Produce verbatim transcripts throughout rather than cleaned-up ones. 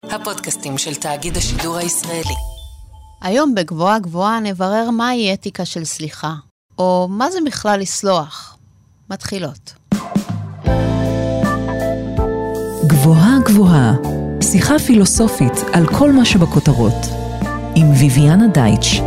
הפודקאסטים של תאגיד השידור הישראלי. היום בגבוהה גבוהה נברר מהי אתיקה של סליחה, או מה זה בכלל לסלוח. מתחילות. גבוהה גבוהה, שיחה פילוסופית על כל מה שבכותרות, עם ויביאנה דייטש.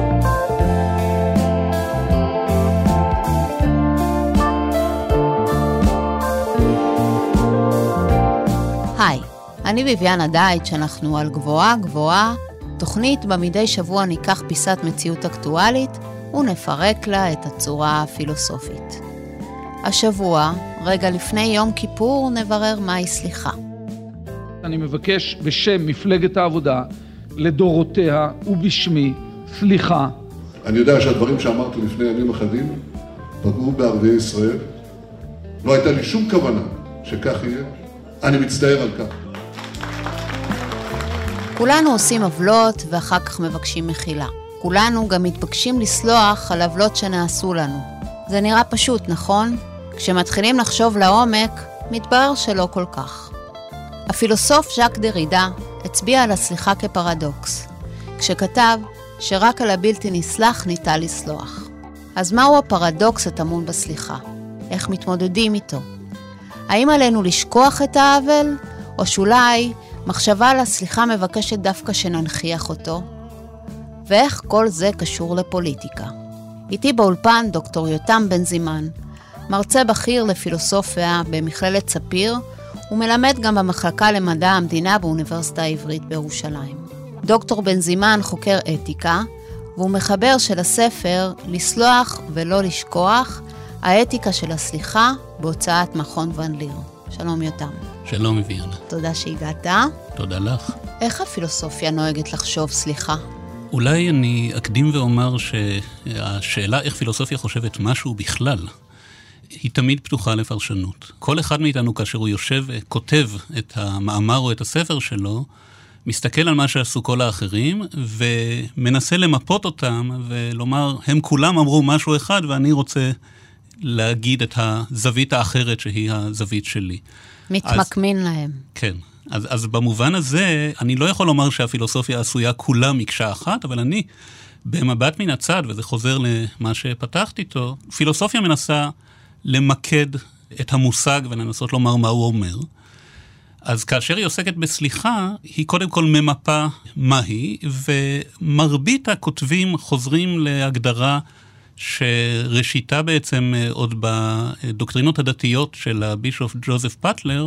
היי, אני ויביאנה דייטש, אנחנו על גבוהה גבוהה, תוכנית במדי שבוע ניקח פיסת מציאות אקטואלית ונפרק לה את הצורה הפילוסופית. השבוע, רגע לפני יום כיפור, נברר מהי סליחה. אני מבקש בשם מפלגת העבודה, לדורותיה ובשמי, סליחה. אני יודע שהדברים שאמרתי לפני ימים אחדים פגעו בערביי ישראל. לא הייתה לי שום כוונה שכך יהיה. אני מצטער על כך. כולנו עושים עוולות ואחר כך מבקשים מחילה. כולנו גם מתבקשים לסלוח על עוולות שנעשו לנו. זה נראה פשוט, נכון? כשמתחילים לחשוב לעומק, מתברר שלא כל כך. הפילוסוף ז'אק דרידה הצביע על הסליחה כפרדוקס, כשכתב שרק על הבלתי נסלח ניתן לסלוח. אז מהו הפרדוקס הטמון בסליחה? איך מתמודדים איתו? האם עלינו לשכוח את העוול, או שאולי מחשבה על הסליחה מבקשת דווקא שננחיח אותו? ואיך כל זה קשור לפוליטיקה? איתי באולפן דוקטור יותם בן זימן, מרצה בכיר לפילוסופיה במכללת ספיר, ומלמד גם במחלקה למדע המדינה באוניברסיטה העברית בירושלים. דוקטור בן זימן חוקר אתיקה, והוא מחבר של הספר לסלוח ולא לשכוח, האתיקה של הסליחה בהוצאת מכון ון ליר. שלום יותם. שלום ויביאנה. תודה שהגעת. תודה לך. איך הפילוסופיה נוהגת לחשוב סליחה? אולי אני אקדים ואומר שהשאלה איך פילוסופיה חושבת משהו בכלל, היא תמיד פתוחה לפרשנות. כל אחד מאיתנו כאשר הוא יושב וכותב את המאמר או את הספר שלו, מסתכל על מה שעשו כל האחרים, ומנסה למפות אותם ולומר, הם כולם אמרו משהו אחד ואני רוצה להגיד את הזווית האחרת שהיא הזווית שלי. מתמקמין אז, להם. כן. אז, אז במובן הזה, אני לא יכול לומר שהפילוסופיה עשויה כולה מקשה אחת, אבל אני, במבט מן הצד, וזה חוזר למה שפתחתי איתו, פילוסופיה מנסה למקד את המושג ולנסות לומר מה הוא אומר. אז כאשר היא עוסקת בסליחה, היא קודם כל ממפה מהי, ומרבית הכותבים חוזרים להגדרה שראשיתה בעצם עוד בדוקטרינות הדתיות של הבישוף ג'וזף פטלר,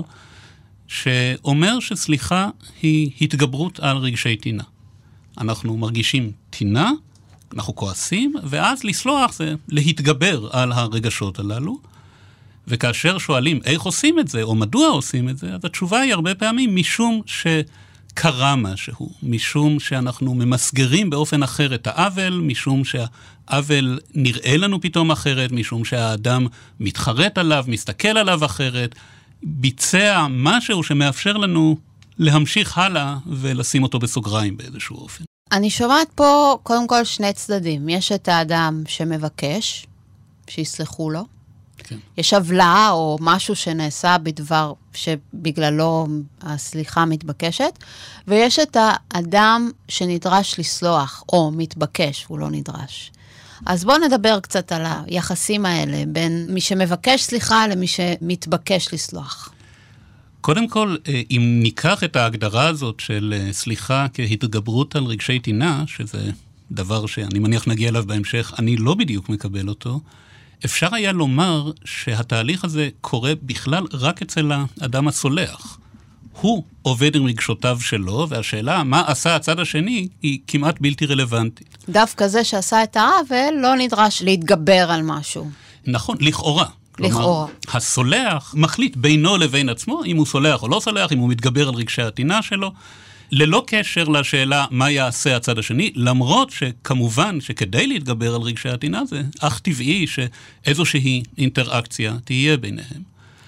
שאומר שסליחה היא התגברות על רגשי טינה. אנחנו מרגישים טינה, אנחנו כועסים, ואז לסלוח זה להתגבר על הרגשות הללו, וכאשר שואלים איך עושים את זה, או מדוע עושים את זה, אז התשובה היא הרבה פעמים משום שקרה משהו, משום שאנחנו ממסגרים באופן אחר את העוול, משום שהעוול נראה לנו פתאום אחרת, משום שהאדם מתחרט עליו, מסתכל עליו אחרת, ביצע משהו שמאפשר לנו להמשיך הלאה ולשים אותו בסוגריים באיזשהו אופן. אני שומעת פה קודם כל שני צדדים. יש את האדם שמבקש, שיסלחו לו. כן. יש עוולה או משהו שנעשה בדבר שבגללו הסליחה מתבקשת, ויש את האדם שנדרש לסלוח, או מתבקש, הוא לא נדרש. אז בואו נדבר קצת על היחסים האלה, בין מי שמבקש סליחה למי שמתבקש לסלוח. קודם כל, אם ניקח את ההגדרה הזאת של סליחה כהתגברות על רגשי טינה, שזה דבר שאני מניח נגיע אליו בהמשך, אני לא בדיוק מקבל אותו, אפשר היה לומר שהתהליך הזה קורה בכלל רק אצל האדם הסולח. הוא עובד עם רגשותיו שלו, והשאלה מה עשה הצד השני היא כמעט בלתי רלוונטית. דווקא זה שעשה את העוול לא נדרש להתגבר על משהו. נכון, לכאורה. לכאורה. כלומר, הסולח מחליט בינו לבין עצמו, אם הוא סולח או לא סולח, אם הוא מתגבר על רגשי הטינה שלו, ללא קשר לשאלה מה יעשה הצד השני, למרות שכמובן שכדי להתגבר על רגשי הטינה זה אך טבעי שאיזושהי אינטראקציה תהיה ביניהם.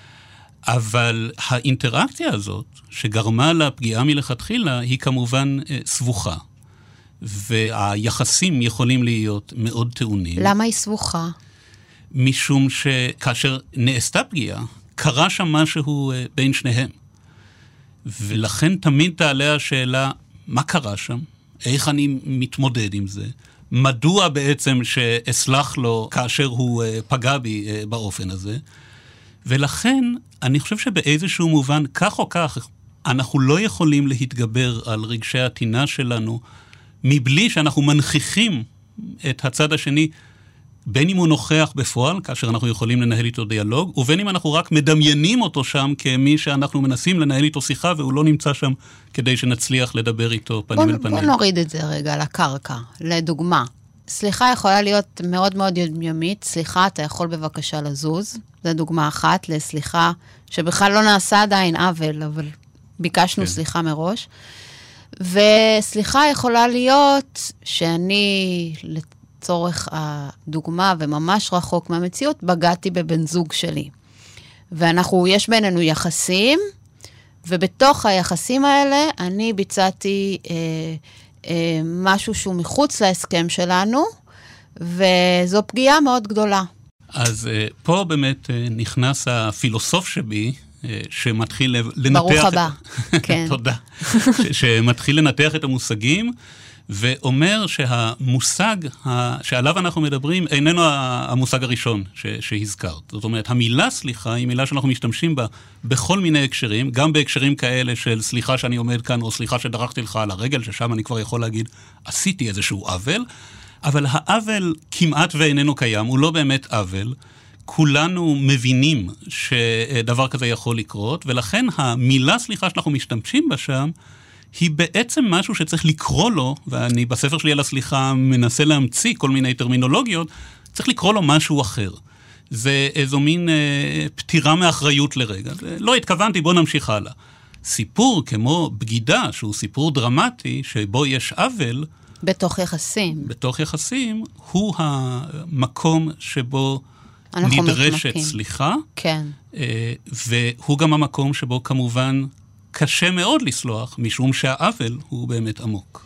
אבל האינטראקציה הזאת, שגרמה לפגיעה מלכתחילה, היא כמובן סבוכה. והיחסים יכולים להיות מאוד טעונים. למה היא סבוכה? משום שכאשר נעשתה פגיעה, קרה שם משהו בין שניהם. ולכן תמיד תעלה השאלה, מה קרה שם? איך אני מתמודד עם זה? מדוע בעצם שאסלח לו כאשר הוא פגע בי באופן הזה? ולכן אני חושב שבאיזשהו מובן, כך או כך, אנחנו לא יכולים להתגבר על רגשי הטינה שלנו, מבלי שאנחנו מנכיחים את הצד השני, בין אם הוא נוכח בפועל, כאשר אנחנו יכולים לנהל איתו דיאלוג, ובין אם אנחנו רק מדמיינים אותו שם כמי שאנחנו מנסים לנהל איתו שיחה, והוא לא נמצא שם כדי שנצליח לדבר איתו פנים בוא, אל פנים. בוא נוריד את זה רגע לקרקע. לדוגמה, סליחה יכולה להיות מאוד מאוד יומיומית, סליחה, אתה יכול בבקשה לזוז, זו דוגמה אחת לסליחה, שבכלל לא נעשה עדיין עוול, אבל ביקשנו כן. סליחה מראש. וסליחה יכולה להיות שאני, לצורך הדוגמה וממש רחוק מהמציאות, בגעתי בבן זוג שלי. ואנחנו, יש בינינו יחסים, ובתוך היחסים האלה אני ביצעתי אה, אה, משהו שהוא מחוץ להסכם שלנו, וזו פגיעה מאוד גדולה. אז אה, פה באמת אה, נכנס הפילוסוף שבי, שמתחיל לנתח... ברוך הבא, כן. תודה. שמתחיל לנתח את המושגים, ואומר שהמושג שעליו אנחנו מדברים איננו המושג הראשון שהזכרת. זאת אומרת, המילה סליחה היא מילה שאנחנו משתמשים בה בכל מיני הקשרים, גם בהקשרים כאלה של סליחה שאני עומד כאן, או סליחה שדרכתי לך על הרגל, ששם אני כבר יכול להגיד, עשיתי איזשהו עוול, אבל העוול כמעט ואיננו קיים, הוא לא באמת עוול, כולנו מבינים שדבר כזה יכול לקרות, ולכן המילה סליחה שאנחנו משתמשים בה שם, היא בעצם משהו שצריך לקרוא לו, ואני בספר שלי על הסליחה מנסה להמציא כל מיני טרמינולוגיות, צריך לקרוא לו משהו אחר. זה איזו מין אה, פתירה מאחריות לרגע. לא התכוונתי, בוא נמשיך הלאה. סיפור כמו בגידה, שהוא סיפור דרמטי, שבו יש עוול, בתוך יחסים. בתוך יחסים, הוא המקום שבו נדרשת מתמקים. סליחה, כן. והוא גם המקום שבו כמובן קשה מאוד לסלוח, משום שהעוול הוא באמת עמוק.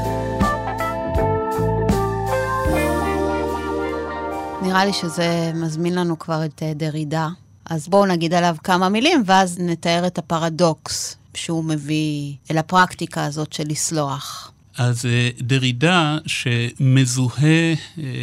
נראה לי שזה מזמין לנו כבר את דרידה, אז בואו נגיד עליו כמה מילים, ואז נתאר את הפרדוקס שהוא מביא אל הפרקטיקה הזאת של לסלוח. אז דרידה שמזוהה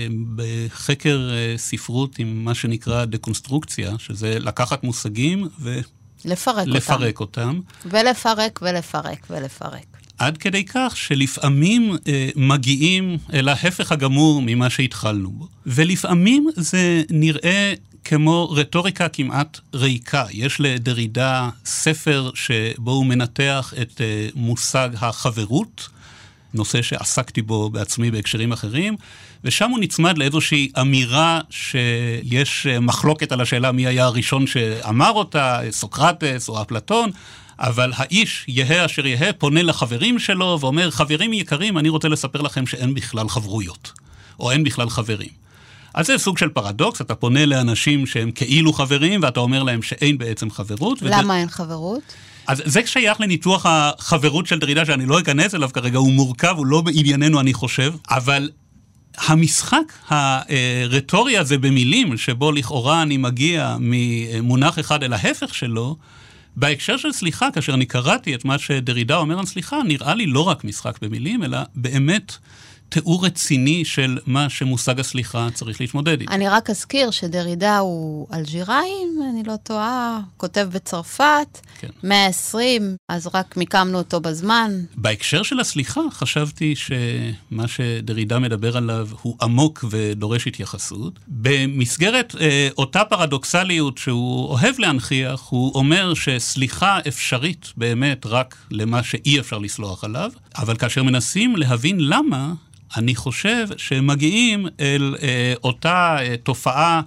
בחקר ספרות עם מה שנקרא דקונסטרוקציה, שזה לקחת מושגים ולפרק לפרק אותם. אותם. ולפרק ולפרק ולפרק. עד כדי כך שלפעמים מגיעים אל ההפך הגמור ממה שהתחלנו בו. ולפעמים זה נראה כמו רטוריקה כמעט ריקה. יש לדרידה ספר שבו הוא מנתח את מושג החברות, נושא שעסקתי בו בעצמי בהקשרים אחרים, ושם הוא נצמד לאיזושהי אמירה שיש מחלוקת על השאלה מי היה הראשון שאמר אותה, סוקרטס או אפלטון, אבל האיש יהא אשר יהא פונה לחברים שלו ואומר, חברים יקרים, אני רוצה לספר לכם שאין בכלל חברויות, או אין בכלל חברים. אז זה סוג של פרדוקס, אתה פונה לאנשים שהם כאילו חברים, ואתה אומר להם שאין בעצם חברות. למה וזה... אין חברות? אז זה שייך לניתוח החברות של דרידה, שאני לא אכנס אליו כרגע, הוא מורכב, הוא לא בענייננו אני חושב, אבל המשחק הרטורי הזה במילים, שבו לכאורה אני מגיע ממונח אחד אל ההפך שלו, בהקשר של סליחה, כאשר אני קראתי את מה שדרידה אומר על סליחה, נראה לי לא רק משחק במילים, אלא באמת תיאור רציני של מה שמושג הסליחה צריך להתמודד איתו. אני רק אזכיר שדרידה הוא אלג'יראי, אני לא טועה, כותב בצרפת, כן. מאה ועשרים, אז רק מיקמנו אותו בזמן. בהקשר של הסליחה חשבתי שמה שדרידה מדבר עליו הוא עמוק ודורש התייחסות. במסגרת אה, אותה פרדוקסליות שהוא אוהב להנכיח, הוא אומר שסליחה אפשרית באמת רק למה שאי אפשר לסלוח עליו, אבל כאשר מנסים להבין למה, אני חושב שמגיעים אל אה, אותה אה, תופעה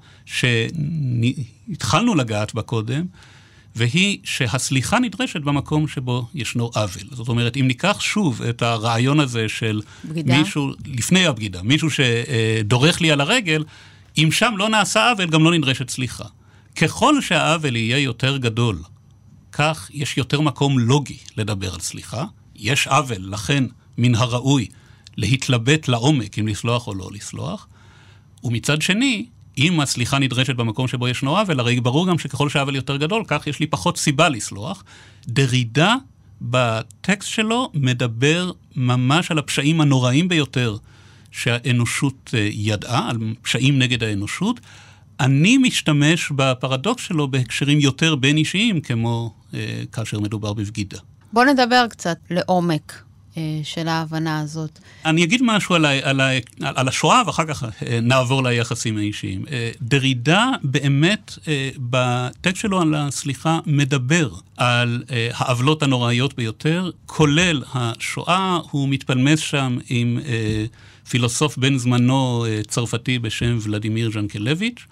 שהתחלנו לגעת בה קודם, והיא שהסליחה נדרשת במקום שבו ישנו עוול. זאת אומרת, אם ניקח שוב את הרעיון הזה של בגידה? מישהו, לפני הבגידה, מישהו שדורך לי על הרגל, אם שם לא נעשה עוול, גם לא נדרשת סליחה. ככל שהעוול יהיה יותר גדול, כך יש יותר מקום לוגי לדבר על סליחה. יש עוול, לכן מן הראוי להתלבט לעומק אם לסלוח או לא לסלוח, ומצד שני, אם הסליחה נדרשת במקום שבו ישנו עוול, הרי ברור גם שככל שהעוול יותר גדול, כך יש לי פחות סיבה לסלוח. דרידה בטקסט שלו מדבר ממש על הפשעים הנוראים ביותר שהאנושות ידעה, על פשעים נגד האנושות. אני משתמש בפרדוקס שלו בהקשרים יותר בין אישיים, כמו אה, כאשר מדובר בבגידה. בוא נדבר קצת לעומק אה, של ההבנה הזאת. אני אגיד משהו על, ה, על, ה, על השואה, ואחר כך אה, נעבור ליחסים האישיים. אה, דרידה באמת אה, בטקסט שלו על הסליחה מדבר על אה, העוולות הנוראיות ביותר, כולל השואה. הוא מתפלמס שם עם אה, פילוסוף בן זמנו אה, צרפתי בשם ולדימיר ז'נקלביץ',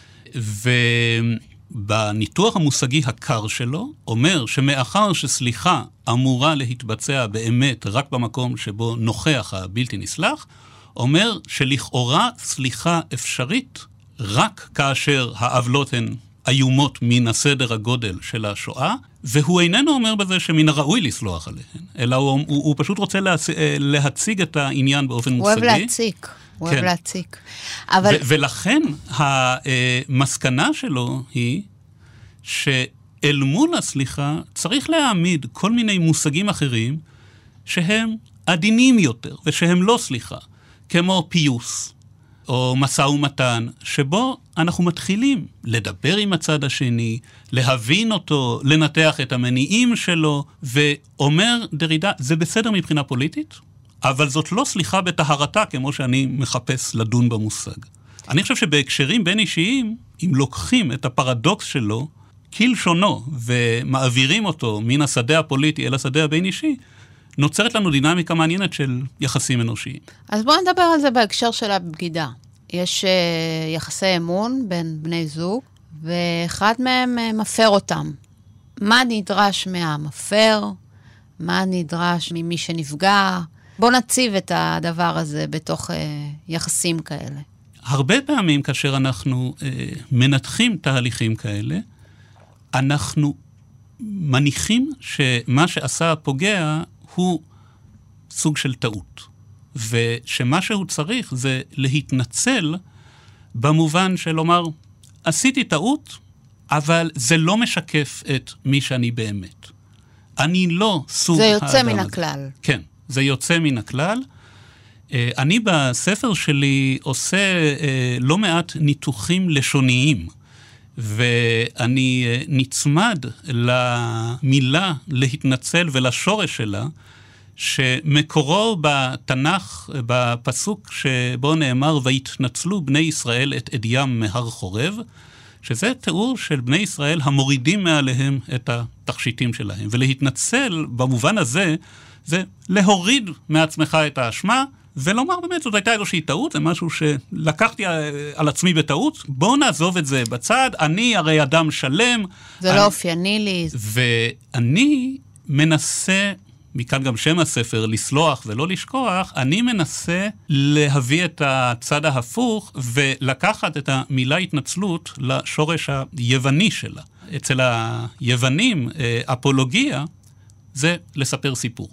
ובניתוח המושגי הקר שלו אומר שמאחר שסליחה אמורה להתבצע באמת רק במקום שבו נוכח הבלתי נסלח, אומר שלכאורה סליחה אפשרית רק כאשר העוולות הן איומות מן הסדר הגודל של השואה, והוא איננו אומר בזה שמן הראוי לסלוח עליהן, אלא הוא, הוא, הוא פשוט רוצה להצ... להציג את העניין באופן הוא מושגי. אוהב להציק, הוא כן. אוהב להציק. אבל... ו- ולכן המסקנה שלו היא שאל מול הסליחה צריך להעמיד כל מיני מושגים אחרים שהם עדינים יותר ושהם לא סליחה, כמו פיוס או משא ומתן, שבו אנחנו מתחילים לדבר עם הצד השני, להבין אותו, לנתח את המניעים שלו, ואומר דרידה, זה בסדר מבחינה פוליטית, אבל זאת לא סליחה בטהרתה, כמו שאני מחפש לדון במושג. אני חושב שבהקשרים בין אישיים, אם לוקחים את הפרדוקס שלו, כלשונו, ומעבירים אותו מן השדה הפוליטי אל השדה הבין אישי, נוצרת לנו דינמיקה מעניינת של יחסים אנושיים. אז בואו נדבר על זה בהקשר של הבגידה. יש uh, יחסי אמון בין בני זוג, ואחד מהם uh, מפר אותם. מה נדרש מהמפר? מה נדרש ממי שנפגע? בואו נציב את הדבר הזה בתוך uh, יחסים כאלה. הרבה פעמים כאשר אנחנו uh, מנתחים תהליכים כאלה, אנחנו מניחים שמה שעשה הפוגע הוא סוג של טעות. ושמה שהוא צריך זה להתנצל במובן של לומר, עשיתי טעות, אבל זה לא משקף את מי שאני באמת. אני לא סוג האדם הזה. זה יוצא מן הכלל. כן, זה יוצא מן הכלל. אני בספר שלי עושה לא מעט ניתוחים לשוניים, ואני נצמד למילה להתנצל ולשורש שלה, שמקורו בתנ"ך, בפסוק שבו נאמר, והתנצלו בני ישראל את אדים מהר חורב, שזה תיאור של בני ישראל המורידים מעליהם את התכשיטים שלהם. ולהתנצל במובן הזה, זה להוריד מעצמך את האשמה, ולומר באמת, זאת הייתה איזושהי טעות, זה משהו שלקחתי על עצמי בטעות, בואו נעזוב את זה בצד, אני הרי אדם שלם. זה אני... לא אופייני לי. ואני מנסה, מכאן גם שם הספר, לסלוח ולא לשכוח, אני מנסה להביא את הצד ההפוך, ולקחת את המילה התנצלות לשורש היווני שלה. אצל היוונים, אפולוגיה, זה לספר סיפור.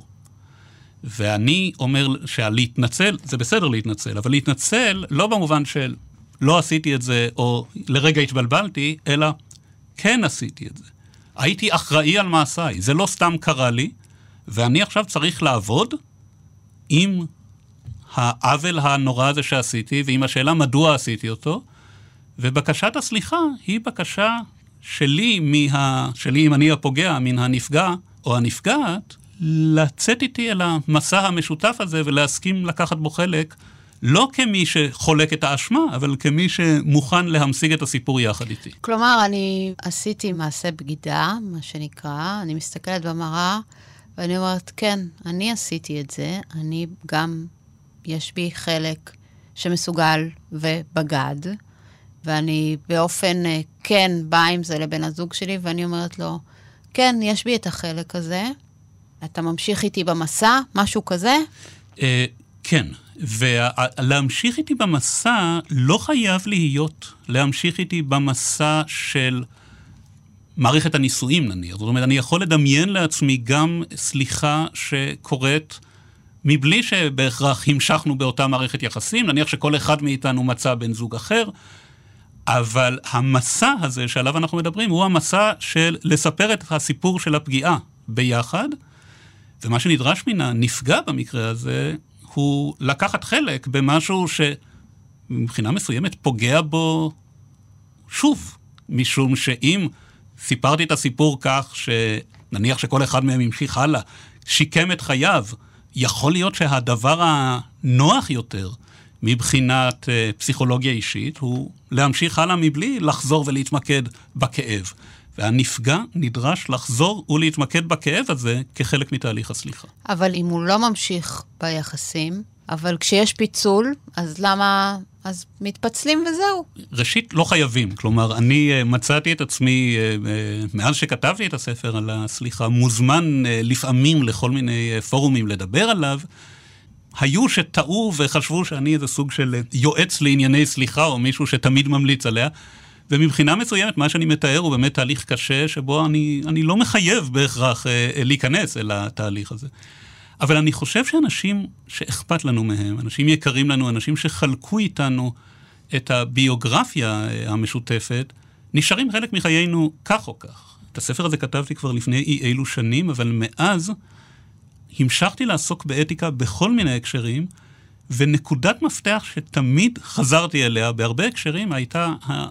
ואני אומר שלהתנצל, זה בסדר להתנצל, אבל להתנצל לא במובן של לא עשיתי את זה, או לרגע התבלבלתי, אלא כן עשיתי את זה. הייתי אחראי על מעשיי, זה לא סתם קרה לי, ואני עכשיו צריך לעבוד עם העוול הנורא הזה שעשיתי, ועם השאלה מדוע עשיתי אותו, ובקשת הסליחה היא בקשה שלי, מה, שלי אם אני הפוגע, מן הנפגע או הנפגעת, לצאת איתי אל המסע המשותף הזה ולהסכים לקחת בו חלק, לא כמי שחולק את האשמה, אבל כמי שמוכן להמשיג את הסיפור יחד איתי. כלומר, אני עשיתי מעשה בגידה, מה שנקרא, אני מסתכלת במראה, ואני אומרת, כן, אני עשיתי את זה, אני גם, יש בי חלק שמסוגל ובגד, ואני באופן כן באה עם זה לבן הזוג שלי, ואני אומרת לו, כן, יש בי את החלק הזה, אתה ממשיך איתי במסע, משהו כזה? כן, ולהמשיך איתי במסע לא חייב להיות להמשיך איתי במסע של מערכת הנישואים נניח. זאת אומרת, אני יכול לדמיין לעצמי גם סליחה שקורית מבלי שבהכרח המשכנו באותה מערכת יחסים, נניח שכל אחד מאיתנו מצא בן זוג אחר, אבל המסע הזה שעליו אנחנו מדברים הוא המסע של לספר את הסיפור של הפגיעה ביחד, ומה שנדרש מן הנפגע במקרה הזה, הוא לקחת חלק במשהו שמבחינה מסוימת פוגע בו שוב, משום שאם סיפרתי את הסיפור כך שנניח שכל אחד מהם המשיך הלאה, שיקם את חייו, יכול להיות שהדבר הנוח יותר מבחינת uh, פסיכולוגיה אישית הוא להמשיך הלאה מבלי לחזור ולהתמקד בכאב. והנפגע נדרש לחזור ולהתמקד בכאב הזה כחלק מתהליך הסליחה. אבל אם הוא לא ממשיך ביחסים, אבל כשיש פיצול, אז למה... אז מתפצלים וזהו. ראשית, לא חייבים. כלומר, אני uh, מצאתי את עצמי, uh, uh, מאז שכתבתי את הספר על הסליחה, מוזמן uh, לפעמים לכל מיני uh, פורומים לדבר עליו, היו שטעו וחשבו שאני איזה סוג של יועץ לענייני סליחה, או מישהו שתמיד ממליץ עליה, ומבחינה מסוימת, מה שאני מתאר הוא באמת תהליך קשה, שבו אני, אני לא מחייב בהכרח אה, להיכנס אל התהליך הזה. אבל אני חושב שאנשים שאכפת לנו מהם, אנשים יקרים לנו, אנשים שחלקו איתנו את הביוגרפיה המשותפת, נשארים חלק מחיינו כך או כך. את הספר הזה כתבתי כבר לפני אי אילו שנים, אבל מאז המשכתי לעסוק באתיקה בכל מיני הקשרים, ונקודת מפתח שתמיד חזרתי אליה בהרבה הקשרים הייתה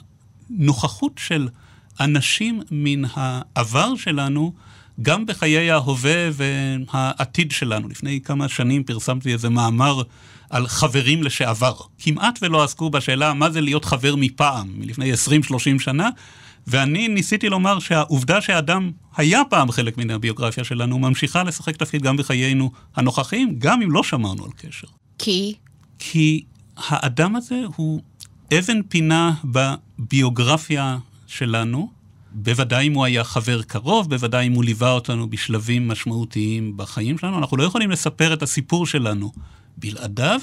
הנוכחות של אנשים מן העבר שלנו, גם בחיי ההווה והעתיד שלנו. לפני כמה שנים פרסמתי איזה מאמר על חברים לשעבר. כמעט ולא עסקו בשאלה מה זה להיות חבר מפעם, מלפני עשרים שלושים שנה, ואני ניסיתי לומר שהעובדה שהאדם היה פעם חלק מן הביוגרפיה שלנו, ממשיכה לשחק תפקיד גם בחיינו הנוכחיים, גם אם לא שמרנו על קשר. כי? כי האדם הזה הוא אבן פינה בביוגרפיה שלנו, בוודאי אם הוא היה חבר קרוב, בוודאי אם הוא ליווה אותנו בשלבים משמעותיים בחיים שלנו, אנחנו לא יכולים לספר את הסיפור שלנו בלעדיו,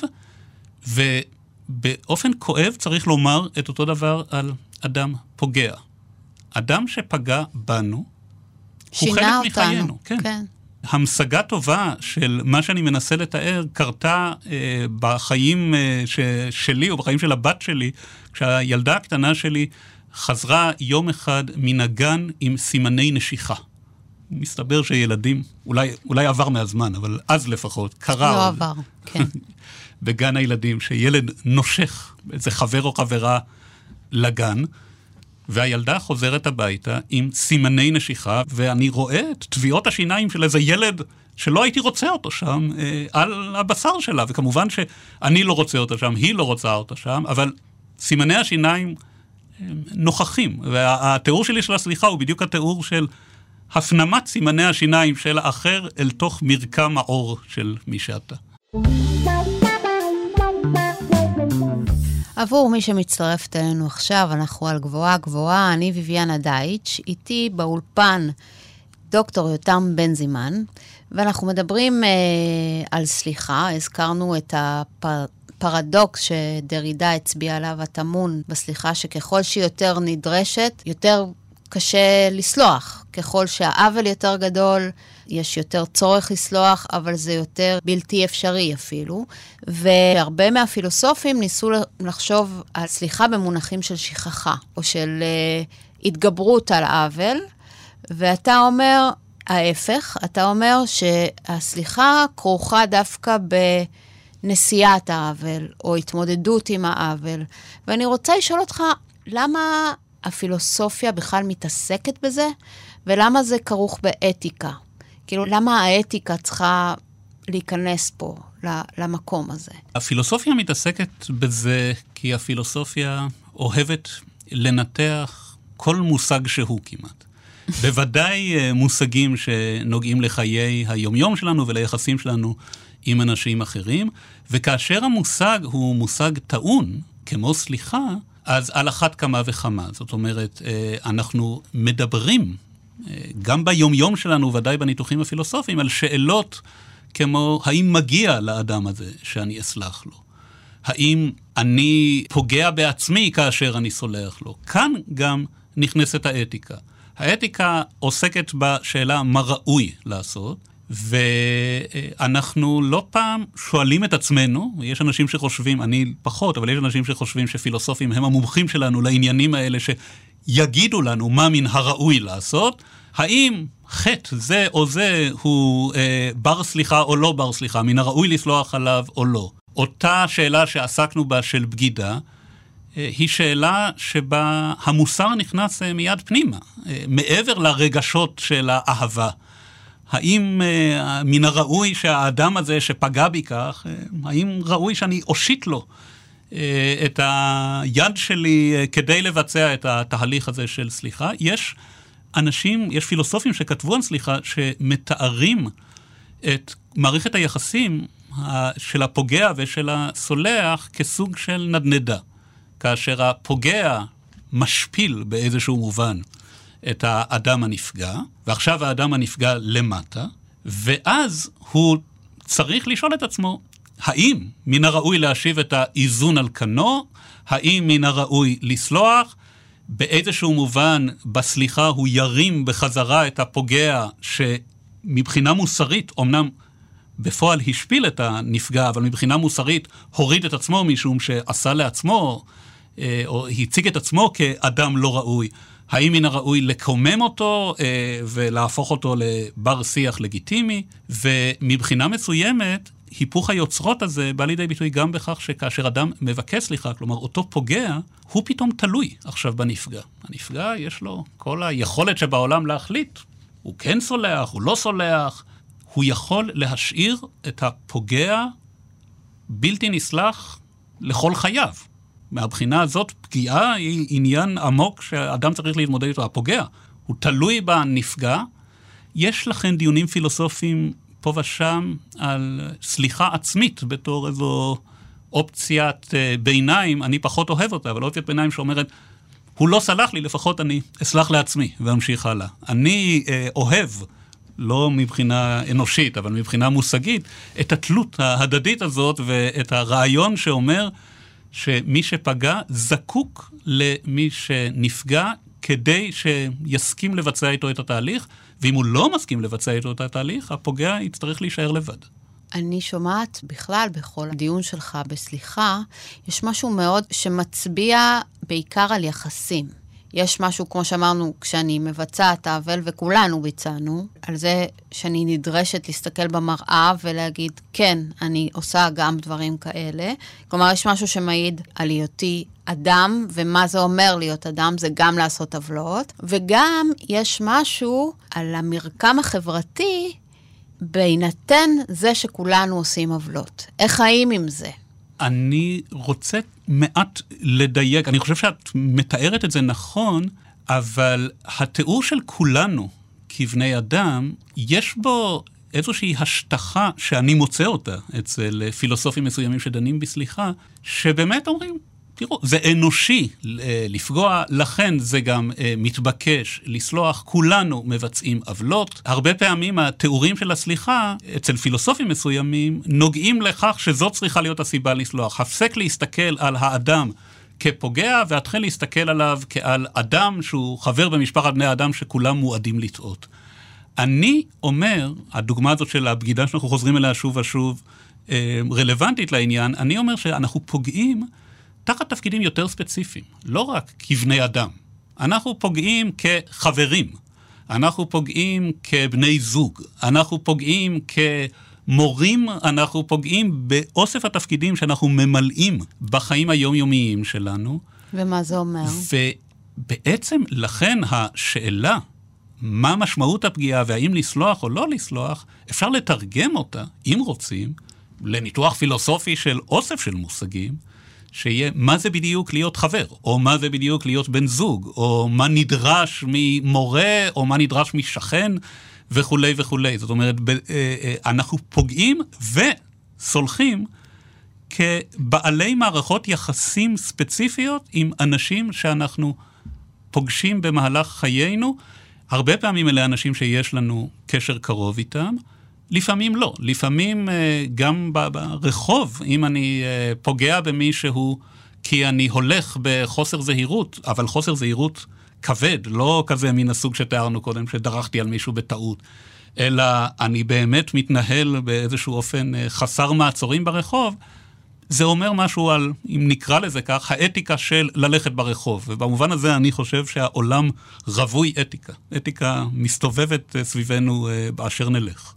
ובאופן כואב צריך לומר את אותו דבר על אדם פוגע. אדם שפגע בנו, הוא חלק מחיינו. כן. כן. המשגה טובה של מה שאני מנסה לתאר, קרתה אה, בחיים אה, ש, שלי, או בחיים של הבת שלי, כשהילדה הקטנה שלי חזרה יום אחד מן הגן עם סימני נשיכה. מסתבר שילדים, אולי, אולי עבר מהזמן, אבל אז לפחות, קרה. לא עבר, כן. בגן הילדים, שילד נושך, איזה חבר או חברה לגן, והילדה חוזרת הביתה עם סימני נשיכה, ואני רואה את טביעות השיניים של איזה ילד שלא הייתי רוצה אותו שם, אה, על הבשר שלה, וכמובן שאני לא רוצה אותה שם, היא לא רוצה אותה שם, אבל סימני השיניים אה, נוכחים, והתיאור שלי של הסליחה הוא בדיוק התיאור של הפנמת סימני השיניים של האחר אל תוך מרקם האור של מי שאתה. עבור מי שמצטרפת אלינו עכשיו, אנחנו על גבוהה גבוהה, אני ויביאנה דייטש, איתי באולפן דוקטור יותם בנזימן, ואנחנו מדברים אה, על סליחה, הזכרנו את הפרדוקס שדרידה הצביע עליו, הטמון בסליחה, שככל שהיא יותר נדרשת, יותר קשה לסלוח, ככל שהעוול יותר גדול, יש יותר צורך לסלוח, אבל זה יותר בלתי אפשרי אפילו. והרבה מהפילוסופים ניסו לחשוב על סליחה במונחים של שכחה, או של uh, התגברות על העוול, ואתה אומר ההפך, אתה אומר שהסליחה כרוכה דווקא בנשיאת העוול, או התמודדות עם העוול. ואני רוצה לשאול אותך, למה הפילוסופיה בכלל מתעסקת בזה, ולמה זה כרוך באתיקה? כאילו, למה האתיקה צריכה להיכנס פה, למקום הזה? הפילוסופיה מתעסקת בזה, כי הפילוסופיה אוהבת לנתח כל מושג שהוא כמעט. בוודאי מושגים שנוגעים לחיי היומיום שלנו וליחסים שלנו עם אנשים אחרים, וכאשר המושג הוא מושג טעון, כמו סליחה, אז על אחת כמה וכמה. זאת אומרת, אנחנו מדברים גם ביומיום שלנו, ודאי בניתוחים הפילוסופיים, על שאלות כמו, האם מגיע לאדם הזה שאני אסלח לו? האם אני פוגע בעצמי כאשר אני סולח לו? כאן גם נכנסת האתיקה. האתיקה עוסקת בשאלה מה ראוי לעשות, ואנחנו לא פעם שואלים את עצמנו, יש אנשים שחושבים, אני פחות, אבל יש אנשים שחושבים שפילוסופים הם המומחים שלנו לעניינים האלה שיגידו לנו מה מן הראוי לעשות, האם חטא, זה או זה, הוא אה, בר סליחה או לא בר סליחה, מן הראוי לסלוח עליו או לא. אותה שאלה שעסקנו בה של בגידה, אה, היא שאלה שבה המוסר נכנס אה, מיד פנימה, אה, מעבר לרגשות של האהבה. האם אה, מן הראוי שהאדם הזה שפגע בי כך, אה, האם ראוי שאני אושיט לו אה, את היד שלי אה, כדי לבצע את התהליך הזה של סליחה? יש אנשים, יש פילוסופים שכתבו על סליחה, שמתארים את מערכת היחסים של הפוגע ושל הסולח כסוג של נדנדה. כאשר הפוגע משפיל באיזשהו מובן את האדם הנפגע, ועכשיו האדם הנפגע למטה, ואז הוא צריך לשאול את עצמו, האם מן הראוי להשיב את האיזון על כנו, האם מן הראוי לסלוח, באיזשהו מובן בסליחה הוא ירים בחזרה את הפוגע שמבחינה מוסרית, אמנם בפועל השפיל את הנפגע, אבל מבחינה מוסרית הוריד את עצמו משום שעשה לעצמו, או הציג את עצמו כאדם לא ראוי. האם מן הראוי לקומם אותו ולהפוך אותו לבר שיח לגיטימי? ומבחינה מסוימת, היפוך היוצרות הזה בא לידי ביטוי גם בכך שכאשר אדם מבקש סליחה, כלומר אותו פוגע, הוא פתאום תלוי עכשיו בנפגע. הנפגע יש לו כל היכולת שבעולם להחליט, הוא כן סולח, הוא לא סולח, הוא יכול להשאיר את הפוגע בלתי נסלח לכל חייו. מהבחינה הזאת פגיעה היא עניין עמוק שהאדם צריך להתמודד איתו. הפוגע הוא תלוי בנפגע. יש לכן דיונים פילוסופיים פה ושם על סליחה עצמית בתור איזו אופציית ביניים, אני פחות אוהב אותה, אבל אופציית ביניים שאומרת, הוא לא סלח לי, לפחות אני אסלח לעצמי ואמשיך הלאה. אני אה, אוהב, לא מבחינה אנושית, אבל מבחינה מושגית, את התלות ההדדית הזאת ואת הרעיון שאומר שמי שפגע זקוק למי שנפגע כדי שיסכים לבצע איתו את התהליך, ואם הוא לא מסכים לבצע איתו את התהליך, הפוגע יצטרך להישאר לבד. אני שומעת בכלל בכל הדיון שלך בסליחה, יש משהו מאוד שמצביע בעיקר על יחסים. יש משהו, כמו שאמרנו, כשאני מבצעת העוול, וכולנו ביצענו, על זה שאני נדרשת להסתכל במראה ולהגיד, כן, אני עושה גם דברים כאלה. כלומר, יש משהו שמעיד על היותי אדם, ומה זה אומר להיות אדם, זה גם לעשות עוולות. וגם יש משהו על המרקם החברתי, בהינתן זה שכולנו עושים עוולות. איך חיים עם זה? אני רוצה מעט לדייק, אני חושב שאת מתארת את זה נכון, אבל התיאור של כולנו כבני אדם, יש בו איזושהי השטחה שאני מוצא אותה אצל פילוסופים מסוימים שדנים בסליחה, שבאמת אומרים, תראו, זה אנושי לפגוע, לכן זה גם מתבקש לסלוח, כולנו מבצעים עוולות. הרבה פעמים התיאורים של הסליחה, אצל פילוסופים מסוימים, נוגעים לכך שזאת צריכה להיות הסיבה לסלוח. הפסק להסתכל על האדם כפוגע, והתחיל להסתכל עליו כעל אדם שהוא חבר במשפחת בני האדם שכולם מועדים לטעות. אני אומר, הדוגמה הזאת של הבגידה שאנחנו חוזרים אליה שוב ושוב, רלוונטית לעניין, אני אומר שאנחנו פוגעים תחת תפקידים יותר ספציפיים, לא רק כבני אדם. אנחנו פוגעים כחברים, אנחנו פוגעים כבני זוג, אנחנו פוגעים כמורים, אנחנו פוגעים באוסף התפקידים שאנחנו ממלאים בחיים היומיומיים שלנו. ומה זה אומר? ובעצם לכן השאלה, מה משמעות הפגיעה והאם לסלוח או לא לסלוח, אפשר לתרגם אותה, אם רוצים, לניתוח פילוסופי של אוסף של מושגים, שיהיה מה זה בדיוק להיות חבר, או מה זה בדיוק להיות בן זוג, או מה נדרש ממורה, או מה נדרש משכן, וכו' וכו'. זאת אומרת, אנחנו פוגעים וסולחים כבעלי מערכות יחסים ספציפיות עם אנשים שאנחנו פוגשים במהלך חיינו. הרבה פעמים אלה אנשים שיש לנו קשר קרוב איתם, לפעמים לא. לפעמים גם ברחוב, אם אני פוגע במישהו כי אני הולך בחוסר זהירות, אבל חוסר זהירות כבד, לא כזה מן הסוג שתיארנו קודם, שדרכתי על מישהו בטעות, אלא אני באמת מתנהל באיזשהו אופן חסר מעצורים ברחוב, זה אומר משהו על, אם נקרא לזה כך, האתיקה של ללכת ברחוב. ובמובן הזה אני חושב שהעולם רווי אתיקה. אתיקה מסתובבת סביבנו באשר נלך.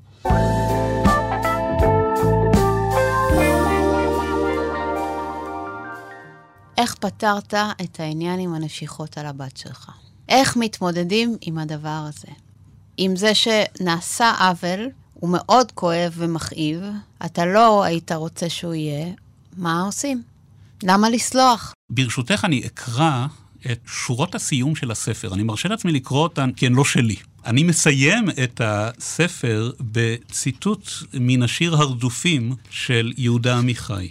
איך פתרת את העניין עם הנשיכות על הבת שלך? איך מתמודדים עם הדבר הזה? עם זה שנעשה עוול, הוא מאוד כואב ומכאיב, אתה לא היית רוצה שהוא יהיה, מה עושים? למה לסלוח? ברשותך אני אקרא את שורות הסיום של הספר. אני מרשה לעצמי לקרוא אותן כי הן לא שלי. אני מסיים את הספר בציטוט מן השיר הרדופים של יהודה עמיחי.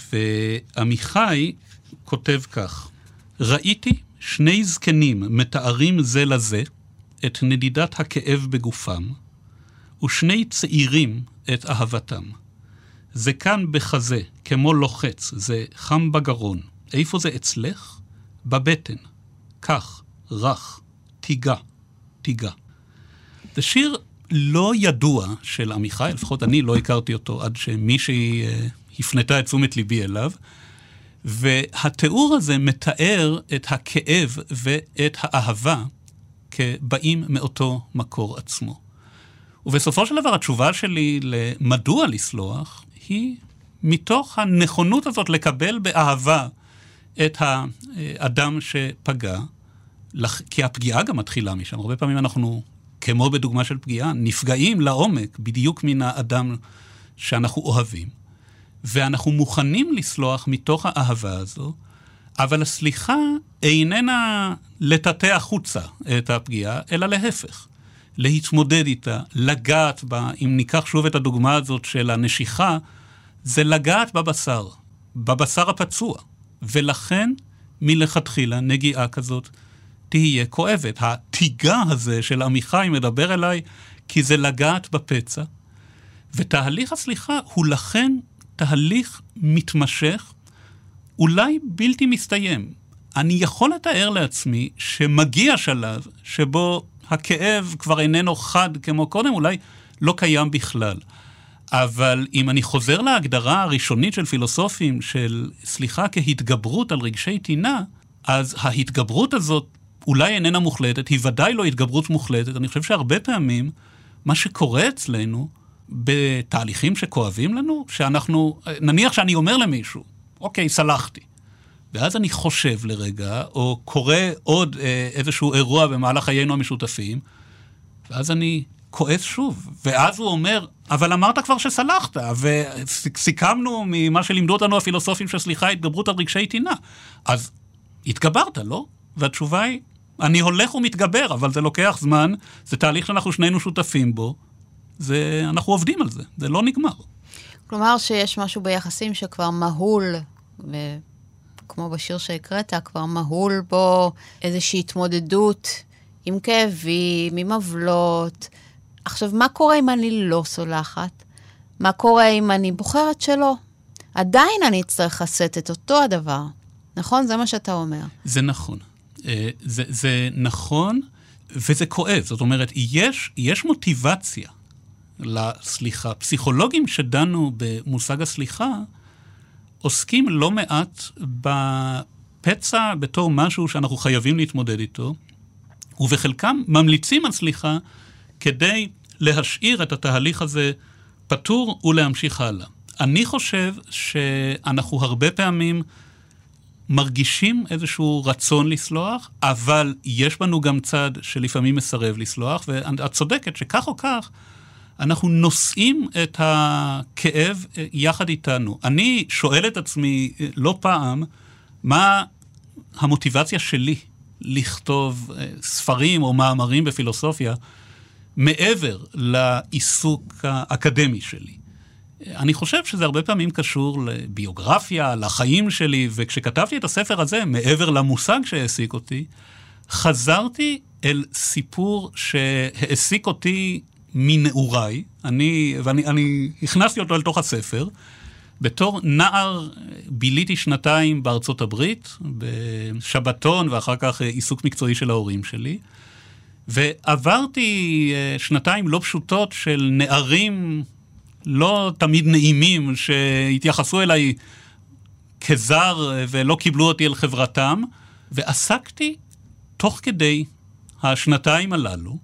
ועמיחי כותב כך: ראיתי שני זקנים מתארים זה לזה את נדידת הכאב בגופם, ושני צעירים את אהבתם. זה כאן בחזה, כמו לוחץ, זה חם בגרון. איפה זה אצלך? בבטן. כך, רך, תיגע, תיגע. זה שיר לא ידוע של עמיחי, לפחות אני לא הכרתי אותו עד שמישהי אה, הפנתה את תשומת ליבי אליו, והתיאור הזה מתאר את הכאב ואת האהבה כבאים מאותו מקור עצמו. ובסופו של דבר התשובה שלי למדוע לסלוח היא מתוך הנכונות הזאת לקבל באהבה את האדם שפגע, כי הפגיעה גם מתחילה משם. הרבה פעמים אנחנו, כמו בדוגמה של פגיעה, נפגעים לעומק בדיוק מן האדם שאנחנו אוהבים. ואנחנו מוכנים לסלוח מתוך האהבה הזו, אבל הסליחה איננה לטאטא החוצה את הפגיעה, אלא להפך. להתמודד איתה, לגעת בה, אם ניקח שוב את הדוגמה הזאת של הנשיכה, זה לגעת בבשר, בבשר הפצוע. ולכן מלכתחילה נגיעה כזאת תהיה כואבת. התיגה הזה של עמיחי מדבר אליי, כי זה לגעת בפצע. ותהליך הסליחה הוא לכן תהליך מתמשך, אולי בלתי מסתיים. אני יכול לתאר לעצמי שמגיע שלב שבו הכאב כבר איננו חד כמו קודם, אולי לא קיים בכלל. אבל אם אני חוזר להגדרה הראשונית של פילוסופים של סליחה כהתגברות על רגשי טינה, אז ההתגברות הזאת אולי איננה מוחלטת, היא ודאי לא התגברות מוחלטת. אני חושב שהרבה פעמים מה שקורה אצלנו בתהליכים שכואבים לנו, שאנחנו, נניח שאני אומר למישהו, אוקיי, סלחתי. ואז אני חושב לרגע, או קורא עוד אה, איזשהו אירוע במהלך חיינו המשותפים, ואז אני כועס שוב. ואז הוא אומר, אבל אמרת כבר שסלחת, וסיכמנו ממה שלימדו אותנו הפילוסופים שסליחה התגברות על רגשי טינה. אז התגברת, לא? והתשובה היא, אני הולך ומתגבר, אבל זה לוקח זמן, זה תהליך שאנחנו שנינו שותפים בו, זה, אנחנו עובדים על זה, זה לא נגמר. כלומר שיש משהו ביחסים שכבר מהול, וכמו בשיר שהקראת, כבר מהול בו איזושהי התמודדות עם כאבים, עם עוולות. עכשיו, מה קורה אם אני לא סולחת? מה קורה אם אני בוחרת שלא? עדיין אני אצטרך לשאת את אותו הדבר. נכון? זה מה שאתה אומר. זה נכון. זה, זה נכון, וזה כואב. זאת אומרת, יש, יש מוטיבציה לסליחה. פסיכולוגים שדנו במושג הסליחה, עוסקים לא מעט בפצע בתור משהו שאנחנו חייבים להתמודד איתו, ובחלקם ממליצים על סליחה כדי להשאיר את התהליך הזה פתור ולהמשיך הלאה. אני חושב שאנחנו הרבה פעמים מרגישים איזשהו רצון לסלוח, אבל יש בנו גם צד שלפעמים מסרב לסלוח, ואת צודקת שכך או כך, אנחנו נושאים את הכאב יחד איתנו. אני שואל את עצמי לא פעם, מה המוטיבציה שלי לכתוב ספרים או מאמרים בפילוסופיה, מעבר לעיסוק האקדמי שלי. אני חושב שזה הרבה פעמים קשור לביוגרפיה, לחיים שלי, וכשכתבתי את הספר הזה, מעבר למושג שהעסיק אותי, חזרתי אל סיפור שהעסיק אותי מנעוריי, אני, ואני אני הכנסתי אותו אל תוך הספר, בתור נער ביליתי שנתיים בארצות הברית, בשבתון ואחר כך עיסוק מקצועי של ההורים שלי, ועברתי שנתיים לא פשוטות של נערים לא תמיד נעימים שהתייחסו אליי כזר ולא קיבלו אותי אל חברתם, ועסקתי תוך כדי השנתיים הללו,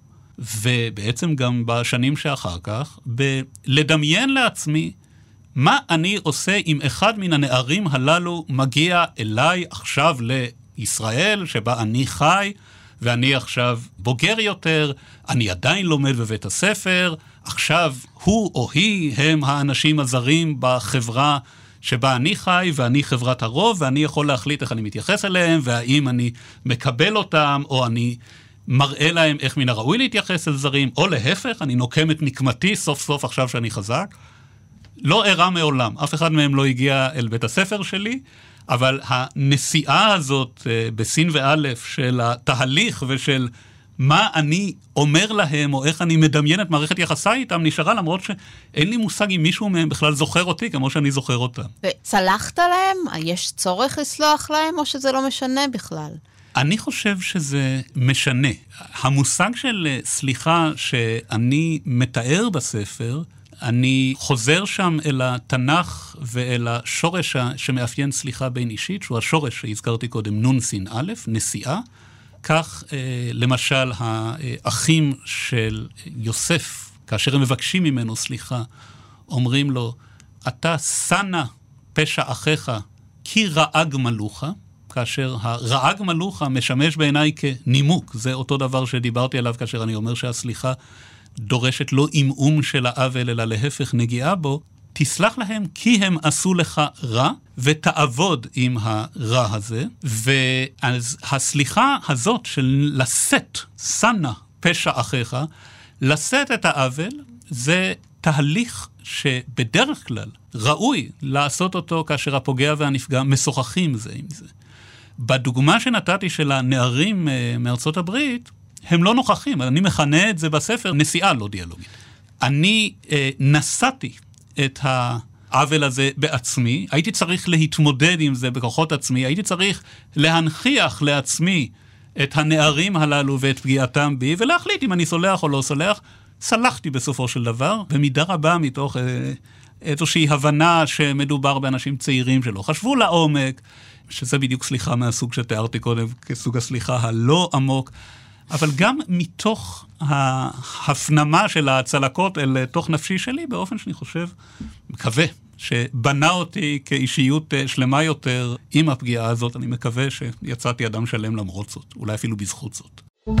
ובעצם גם בשנים שאחר כך, בלדמיין לעצמי מה אני עושה אם אחד מן הנערים הללו מגיע אליי עכשיו לישראל, שבה אני חי, ואני עכשיו בוגר יותר, אני עדיין לומד בבית הספר, עכשיו הוא או היא הם האנשים הזרים בחברה שבה אני חי, ואני חברת הרוב, ואני יכול להחליט איך אני מתייחס אליהם, והאם אני מקבל אותם, או אני מראה להם איך מן הראוי להתייחס אל זרים, או להפך, אני נוקם את נקמתי סוף סוף עכשיו שאני חזק. לא אירע מעולם, אף אחד מהם לא הגיע אל בית הספר שלי, אבל הנסיעה הזאת בסין ואלף של התהליך ושל מה אני אומר להם, או איך אני מדמיין את מערכת יחסי איתם, נשארה למרות שאין לי מושג אם מישהו מהם בכלל זוכר אותי כמו שאני זוכר אותם. וצלחת להם? יש צורך לסלוח להם, או שזה לא משנה בכלל? אני חושב שזה משנה. המושג של סליחה שאני מתאר בספר, אני חוזר שם אל התנ"ך ואל השורש שמאפיין סליחה בין אישית, שהוא השורש שהזכרתי קודם, נון סין א', נסיעה. כך, למשל, האחים של יוסף, כאשר הם מבקשים ממנו סליחה, אומרים לו, אתה סנה פשע אחיך, כי רעג מלוכה, כאשר הרעג מלוכה משמש בעיניי כנימוק. זה אותו דבר שדיברתי עליו כאשר אני אומר שהסליחה דורשת לא אימום של העוול, אלא להפך נגיעה בו. תסלח להם כי הם עשו לך רע, ותעבוד עם הרע הזה. ואז הסליחה הזאת של לשאת, סנה פשע אחיך, לשאת את העוול, זה תהליך שבדרך כלל ראוי לעשות אותו כאשר הפוגע והנפגע משוחחים זה עם זה. בדוגמה שנתתי של הנערים מארצות הברית, הם לא נוכחים, אני מכנה את זה בספר נסיעה לא דיאלוגית. אני אה, נסעתי את העוול הזה בעצמי, הייתי צריך להתמודד עם זה בכוחות עצמי, הייתי צריך להנכיח לעצמי את הנערים הללו ואת פגיעתם בי, ולהחליט אם אני סולח או לא סולח. סלחתי בסופו של דבר, במידה רבה מתוך אה, איזושהי הבנה שמדובר באנשים צעירים שלא חשבו לעומק, שזה בדיוק סליחה מהסוג שתיארתי קודם, כסוג הסליחה הלא עמוק, אבל גם מתוך ההפנמה של הצלקות אל תוך נפשי שלי, באופן שאני חושב, מקווה, שבנה אותי כאישיות שלמה יותר עם הפגיעה הזאת. אני מקווה שיצאתי אדם שלם למרות זאת, אולי אפילו בזכות זאת.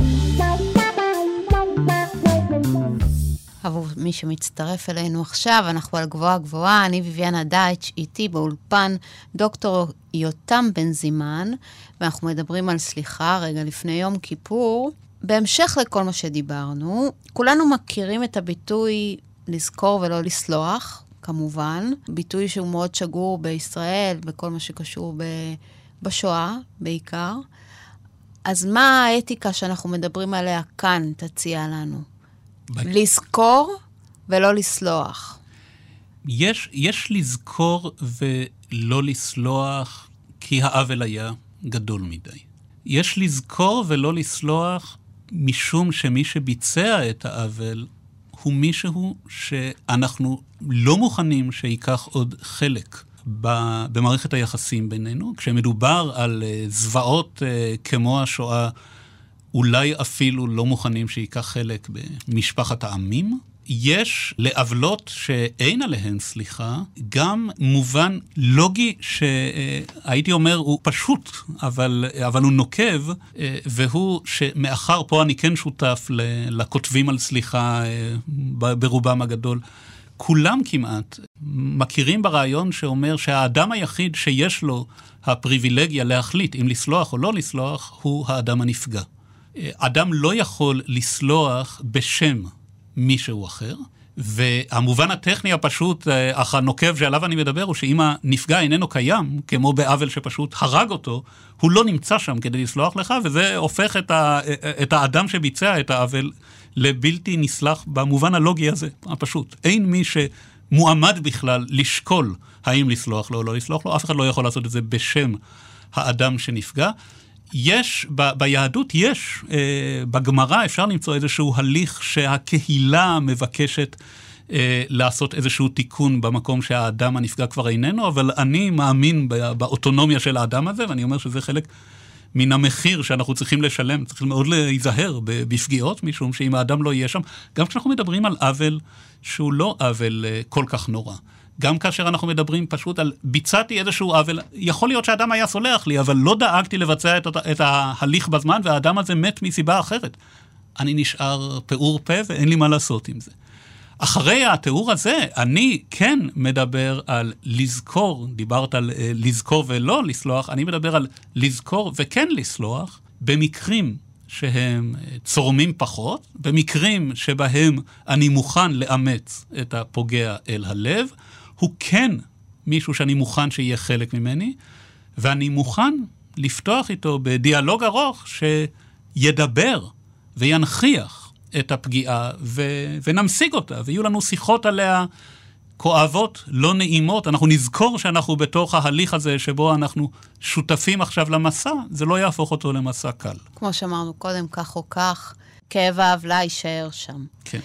עבור מי שמצטרף אלינו עכשיו, אנחנו על גבוהה גבוהה, אני ויביאנה דייטש, איתי באולפן דוקטור יותם בן זימן, ואנחנו מדברים על סליחה רגע לפני יום כיפור. בהמשך לכל מה שדיברנו, כולנו מכירים את הביטוי לזכור ולא לסלוח, כמובן, ביטוי שהוא מאוד שגור בישראל, בכל מה שקשור ב... בשואה בעיקר. אז מה האתיקה שאנחנו מדברים עליה כאן תציע לנו? לזכור ולא לסלוח. יש, יש לזכור ולא לסלוח כי העוול היה גדול מדי. יש לזכור ולא לסלוח משום שמי שביצע את העוול הוא מישהו שאנחנו לא מוכנים שיקח עוד חלק במערכת היחסים בינינו. כשמדובר על זוועות כמו השואה, אולי אפילו לא מוכנים שיקח חלק במשפחת העמים. יש לעוולות שאין עליהן סליחה, גם מובן לוגי שהייתי אומר הוא פשוט, אבל, אבל הוא נוקב, והוא שמאחר פה אני כן שותף לכותבים על סליחה ברובם הגדול. כולם כמעט מכירים ברעיון שאומר שהאדם היחיד שיש לו הפריבילגיה להחליט אם לסלוח או לא לסלוח, הוא האדם הנפגע. אדם לא יכול לסלוח בשם מישהו אחר, והמובן הטכני הפשוט, אך הנוקב שעליו אני מדבר, הוא שאם הנפגע איננו קיים, כמו בעוול שפשוט הרג אותו, הוא לא נמצא שם כדי לסלוח לך, וזה הופך את, ה, את האדם שביצע את העוול לבלתי נסלח במובן הלוגי הזה, הפשוט. אין מי שמועמד בכלל לשקול האם לסלוח לו או לא לסלוח לו, אף אחד לא יכול לעשות את זה בשם האדם שנפגע. יש, ב, ביהדות יש, אה, בגמרא אפשר למצוא איזשהו הליך שהקהילה מבקשת אה, לעשות איזשהו תיקון במקום שהאדם הנפגע כבר איננו, אבל אני מאמין באוטונומיה של האדם הזה, ואני אומר שזה חלק מן המחיר שאנחנו צריכים לשלם, צריכים מאוד להיזהר בפגיעות, משום שאם האדם לא יהיה שם, גם כשאנחנו מדברים על עוול שהוא לא עוול כל כך נורא, גם כאשר אנחנו מדברים פשוט על ביצעתי איזשהו עוול, יכול להיות שהאדם היה סולח לי, אבל לא דאגתי לבצע את, את ההליך בזמן, והאדם הזה מת מסיבה אחרת. אני נשאר פעור פה ואין לי מה לעשות עם זה. אחרי התיאור הזה, אני כן מדבר על לזכור, דיברת על אה, לזכור ולא לסלוח, אני מדבר על לזכור וכן לסלוח, במקרים שהם צורמים פחות, במקרים שבהם אני מוכן לאמץ את הפוגע אל הלב, הוא כן מישהו שאני מוכן שיהיה חלק ממני, ואני מוכן לפתוח איתו בדיאלוג ארוך שידבר וינכיח את הפגיעה ו- ונמשיג אותה, ויהיו לנו שיחות עליה כואבות, לא נעימות. אנחנו נזכור שאנחנו בתוך ההליך הזה שבו אנחנו שותפים עכשיו למסע, זה לא יהפוך אותו למסע קל. כמו שאמרנו קודם, כך או כך, כאב העוולה יישאר שם. כן.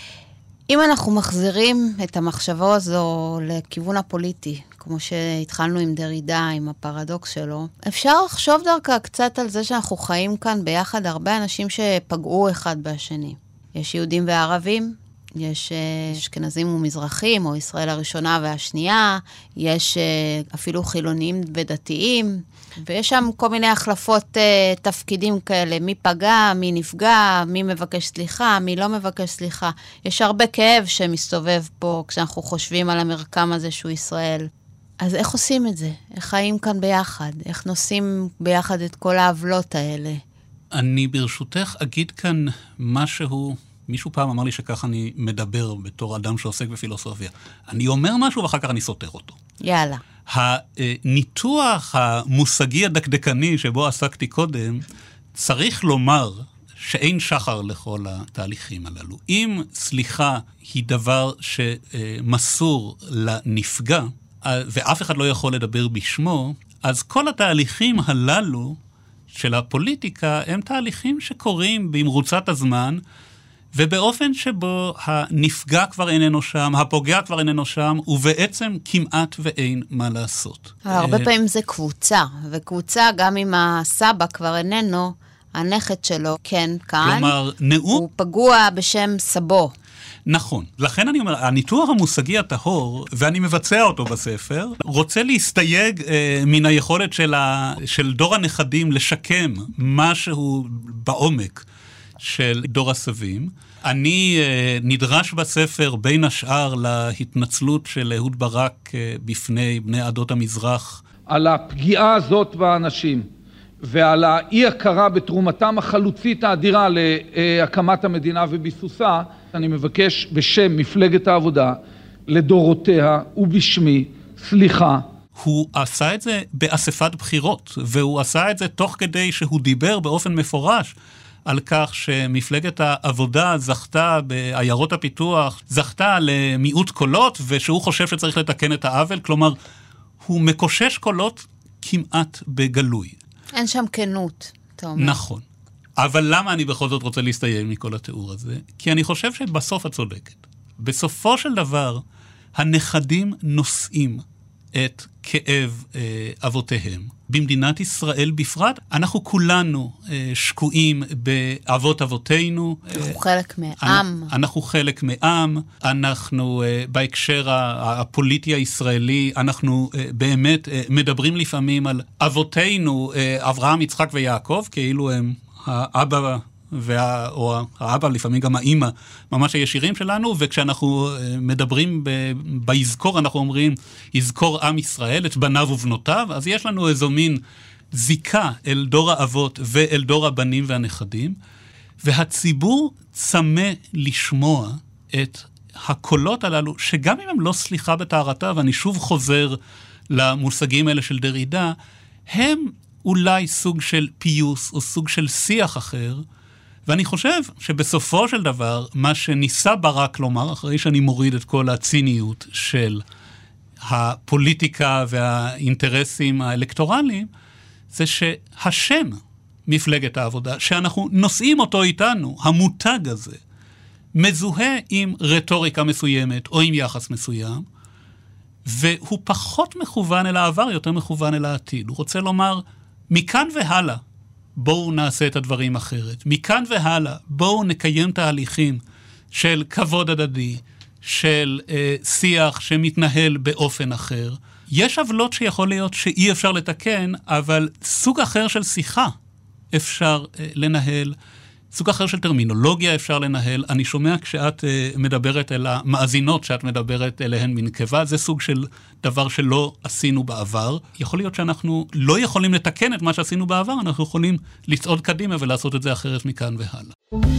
אם אנחנו מחזירים את המחשבה הזו לכיוון הפוליטי, כמו שהתחלנו עם דרידה, עם הפרדוקס שלו, אפשר לחשוב דרכה קצת על זה שאנחנו חיים כאן ביחד הרבה אנשים שפגעו אחד בשני. יש יהודים וערבים, יש אשכנזים ומזרחים, או ישראל הראשונה והשנייה, יש אפילו חילונים ודתיים, ויש שם כל מיני החלפות תפקידים כאלה, מי פגע, מי נפגע, מי מבקש סליחה, מי לא מבקש סליחה. יש הרבה כאב שמסתובב פה כשאנחנו חושבים על המרקם הזה שהוא ישראל. אז איך עושים את זה? איך חיים כאן ביחד? איך נושאים ביחד את כל העוולות האלה? אני ברשותך אגיד כאן משהו, מישהו פעם אמר לי שככה אני מדבר בתור אדם שעוסק בפילוסופיה. אני אומר משהו ואחר כך אני סותר אותו. יאללה. הניתוח המושגי הדקדקני שבו עסקתי קודם, צריך לומר שאין שחר לכל התהליכים הללו. אם סליחה היא דבר שמסור לנפגע, ואף אחד לא יכול לדבר בשמו, אז כל התהליכים הללו של הפוליטיקה הם תהליכים שקורים במרוצת הזמן, ובאופן שבו הנפגע כבר איננו שם, הפוגע כבר איננו שם, ובעצם כמעט ואין מה לעשות. הרבה פעמים זה קבוצה, וקבוצה גם אם הסבא כבר איננו, הנכד שלו כן כאן, כלומר, נאום... הוא פגוע בשם סבו. נכון. לכן אני אומר, הניתוח המושגי הטהור, ואני מבצע אותו בספר, רוצה להסתייג אה, מן היכולת של, ה, של דור הנכדים לשקם משהו בעומק של דור הסבים. אני אה, נדרש בספר בין השאר להתנצלות של אהוד ברק אה, בפני בני עדות המזרח. על הפגיעה הזאת באנשים, ועל האי-הכרה בתרומתם החלוצית האדירה להקמת המדינה וביסוסה, אני מבקש בשם מפלגת העבודה, לדורותיה ובשמי, סליחה. הוא עשה את זה באספת בחירות, והוא עשה את זה תוך כדי שהוא דיבר באופן מפורש על כך שמפלגת העבודה זכתה בעיירות הפיתוח, זכתה למיעוט קולות, ושהוא חושב שצריך לתקן את העוול, כלומר, הוא מקושש קולות כמעט בגלוי. אין שם כנות, אתה אומר. נכון. אבל למה אני בכל זאת רוצה להסתיים מכל התיאור הזה? כי אני חושב שבסוף את צודקת. בסופו של דבר, הנכדים נושאים את כאב אה, אבותיהם. במדינת ישראל בפרט, אנחנו כולנו אה, שקועים באבות אבותינו. אנחנו אה, חלק מעם. אנחנו חלק מעם, אנחנו אה, בהקשר הפוליטי הישראלי, אנחנו אה, באמת אה, מדברים לפעמים על אבותינו, אה, אברהם, יצחק ויעקב, כאילו הם האבא וה, או האבא, לפעמים גם האמא, ממש הישירים שלנו, וכשאנחנו מדברים ב, ביזכור, אנחנו אומרים, יזכור עם ישראל, את בניו ובנותיו, אז יש לנו איזו מין זיקה אל דור האבות ואל דור הבנים והנכדים, והציבור צמא לשמוע את הקולות הללו, שגם אם הם לא סליחה בתארתה, ואני שוב חוזר למושגים האלה של דרידה, הם אולי סוג של פיוס או סוג של שיח אחר, ואני חושב שבסופו של דבר, מה שניסה ברק לומר, אחרי שאני מוריד את כל הציניות של הפוליטיקה והאינטרסים האלקטורליים, זה שהשם מפלגת העבודה, שאנחנו נושאים אותו איתנו, המותג הזה, מזוהה עם רטוריקה מסוימת או עם יחס מסוים, והוא פחות מכוון אל העבר, יותר מכוון אל העתיד. הוא רוצה לומר, מכאן והלאה, בואו נעשה את הדברים אחרת. מכאן והלאה, בואו נקיים תהליכים של כבוד הדדי, של אה, שיח שמתנהל באופן אחר. יש עוולות שיכול להיות שאי אפשר לתקן, אבל סוג אחר של שיחה אפשר אה, לנהל, סוג אחר של טרמינולוגיה אפשר לנהל. אני שומע כשאת אה, מדברת אל המאזינות שאת מדברת אליהן מנקבה, זה סוג של דבר שלא עשינו בעבר. יכול להיות שאנחנו לא יכולים לתקן את מה שעשינו בעבר, אנחנו יכולים לצעוד קדימה ולעשות את זה אחרת מכאן והלאה.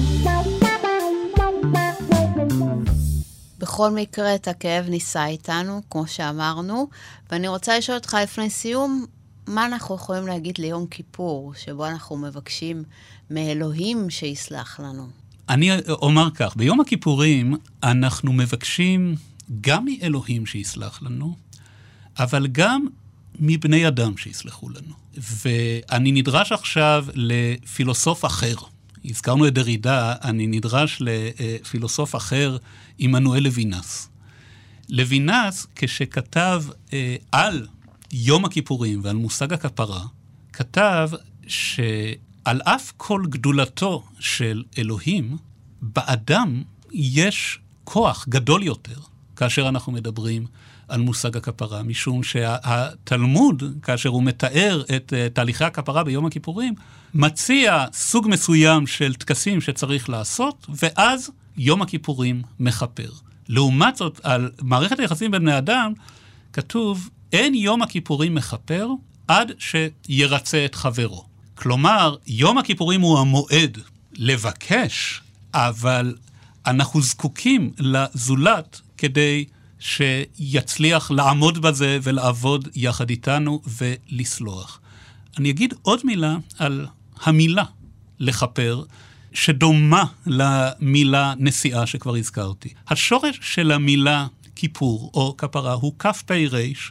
בכל מקרה, את הכאב ניסה איתנו, כמו שאמרנו, ואני רוצה לשאול אותך לפני סיום, מה אנחנו יכולים להגיד ליום כיפור, שבו אנחנו מבקשים מאלוהים שיסלח לנו? אני אומר כך, ביום הכיפורים אנחנו מבקשים גם מאלוהים שיסלח לנו, אבל גם מבני אדם שיסלחו לנו. ואני נדרש עכשיו לפילוסוף אחר. הזכרנו את דרידה, אני נדרש לפילוסוף אחר, עמנואל לוינס. לוינס, כשכתב אה, על יום הכיפורים ועל מושג הכפרה, כתב שעל אף כל גדולתו של אלוהים, באדם יש כוח גדול יותר, כאשר אנחנו מדברים על מושג הכפרה, משום שהתלמוד, כאשר הוא מתאר את uh, תהליכי הכפרה ביום הכיפורים, מציע סוג מסוים של טקסים שצריך לעשות, ואז יום הכיפורים מחפר. לעומת זאת, על מערכת היחסים בין בני אדם, כתוב, אין יום הכיפורים מחפר עד שירצה את חברו. כלומר, יום הכיפורים הוא המועד לבקש, אבל אנחנו זקוקים לזולת כדי שיצליח לעמוד בזה ולעבוד יחד איתנו ולסלוח. אני אגיד עוד מילה על המילה לחפר, שדומה למילה נשיאה שכבר הזכרתי. השורש של המילה כיפור או כפרה הוא כף פי ריש,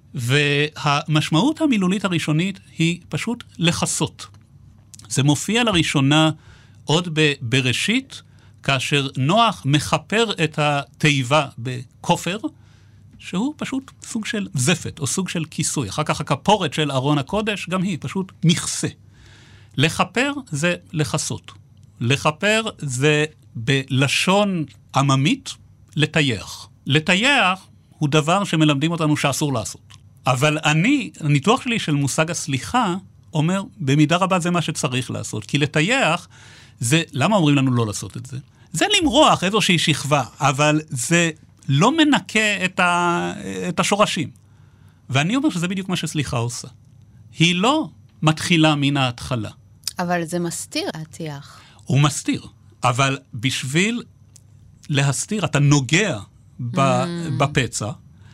והמשמעות המילולית הראשונית היא פשוט לחסות. זה מופיע לראשונה עוד בבראשית, כאשר נוח מחפר את התיבה בכופר, שהוא פשוט סוג של זפת או סוג של כיסוי. אחר כך הכפורת של ארון הקודש, גם היא פשוט מכסה. לחפר זה לחסות. לחפר זה בלשון עממית לטייח. לטייח הוא דבר שמלמדים אותנו שאסור לעשות. אבל אני, הניתוח שלי של מושג הסליחה, אומר, במידה רבה זה מה שצריך לעשות. כי לטייח זה, למה אומרים לנו לא לעשות את זה? זה למרוח איזושהי שכבה, אבל זה לא מנקה את, ה, את השורשים. ואני אומר שזה בדיוק מה שסליחה עושה. היא לא מתחילה מן ההתחלה. אבל זה מסתיר, הטיח. הוא מסתיר, אבל בשביל להסתיר, אתה נוגע בפצע,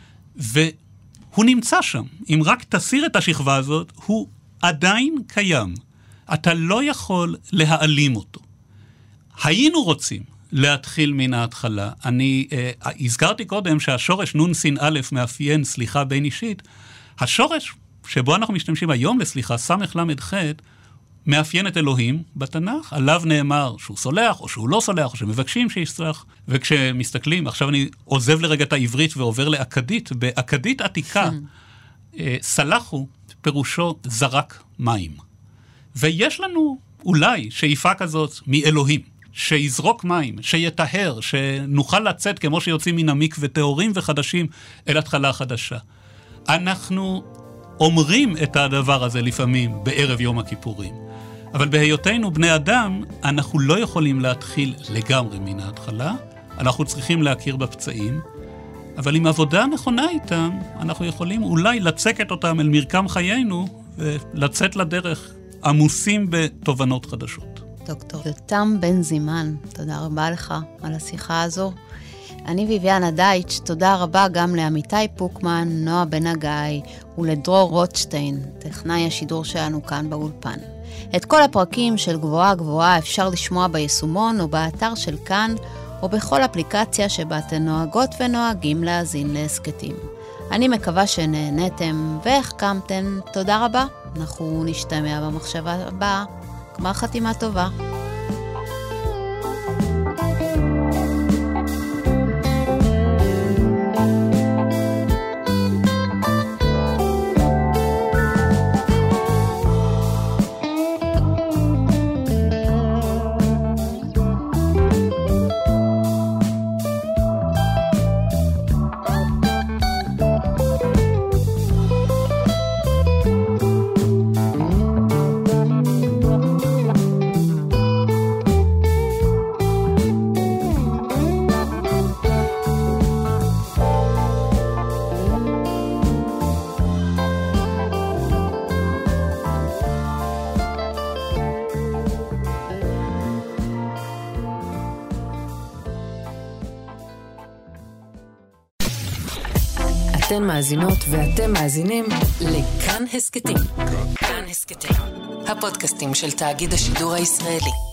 והוא נמצא שם. אם רק תסיר את השכבה הזאת, הוא עדיין קיים. אתה לא יכול להעלים אותו. היינו רוצים להתחיל מן ההתחלה. אני אה, הזכרתי קודם שהשורש נון סין א' מאפיין סליחה בין אישית. השורש שבו אנחנו משתמשים היום לסליחה, סמך למד ח', מאפיין את אלוהים בתנ"ך, עליו נאמר שהוא סולח או שהוא לא סולח, או שמבקשים שיסלח. וכשמסתכלים, עכשיו אני עוזב לרגע את העברית ועובר לאקדית, באקדית עתיקה, אה, סלחו פירושו זרק מים. ויש לנו אולי שאיפה כזאת מאלוהים, שיזרוק מים, שיתהר, שנוכל לצאת כמו שיוצאים מן המקווה טהורים וחדשים אל התחלה חדשה. אנחנו אומרים את הדבר הזה לפעמים בערב יום הכיפורים, אבל בהיותנו בני אדם אנחנו לא יכולים להתחיל לגמרי מן ההתחלה, אנחנו צריכים להכיר בפצעים, אבל עם עבודה נכונה איתם אנחנו יכולים אולי לצקת אותם אל מרקם חיינו ולצאת לדרך עמוסים בתובנות חדשות. דוקטור יותם בן זימן, תודה רבה לך על השיחה הזו. אני ויביאנה דייטש, תודה רבה גם לעמיתי פוקמן, נועה בן הגיא ולדרור רוטשטיין, טכנאי השידור שלנו כאן באולפן. את כל הפרקים של גבוהה גבוהה אפשר לשמוע ביישומון או באתר של כאן, או בכל אפליקציה שבה אתם נוהגות ונוהגים להאזין להסקטים. אני מקווה שנהנתם והחכמתם, תודה רבה. אנחנו נשתמע במחשבה הבאה. גמר חתימה טובה. אתן מאזינות ואתם מאזינים לכאן הסקטים. כאן הסקטים, הפודקאסטים של תאגיד השידור הישראלי.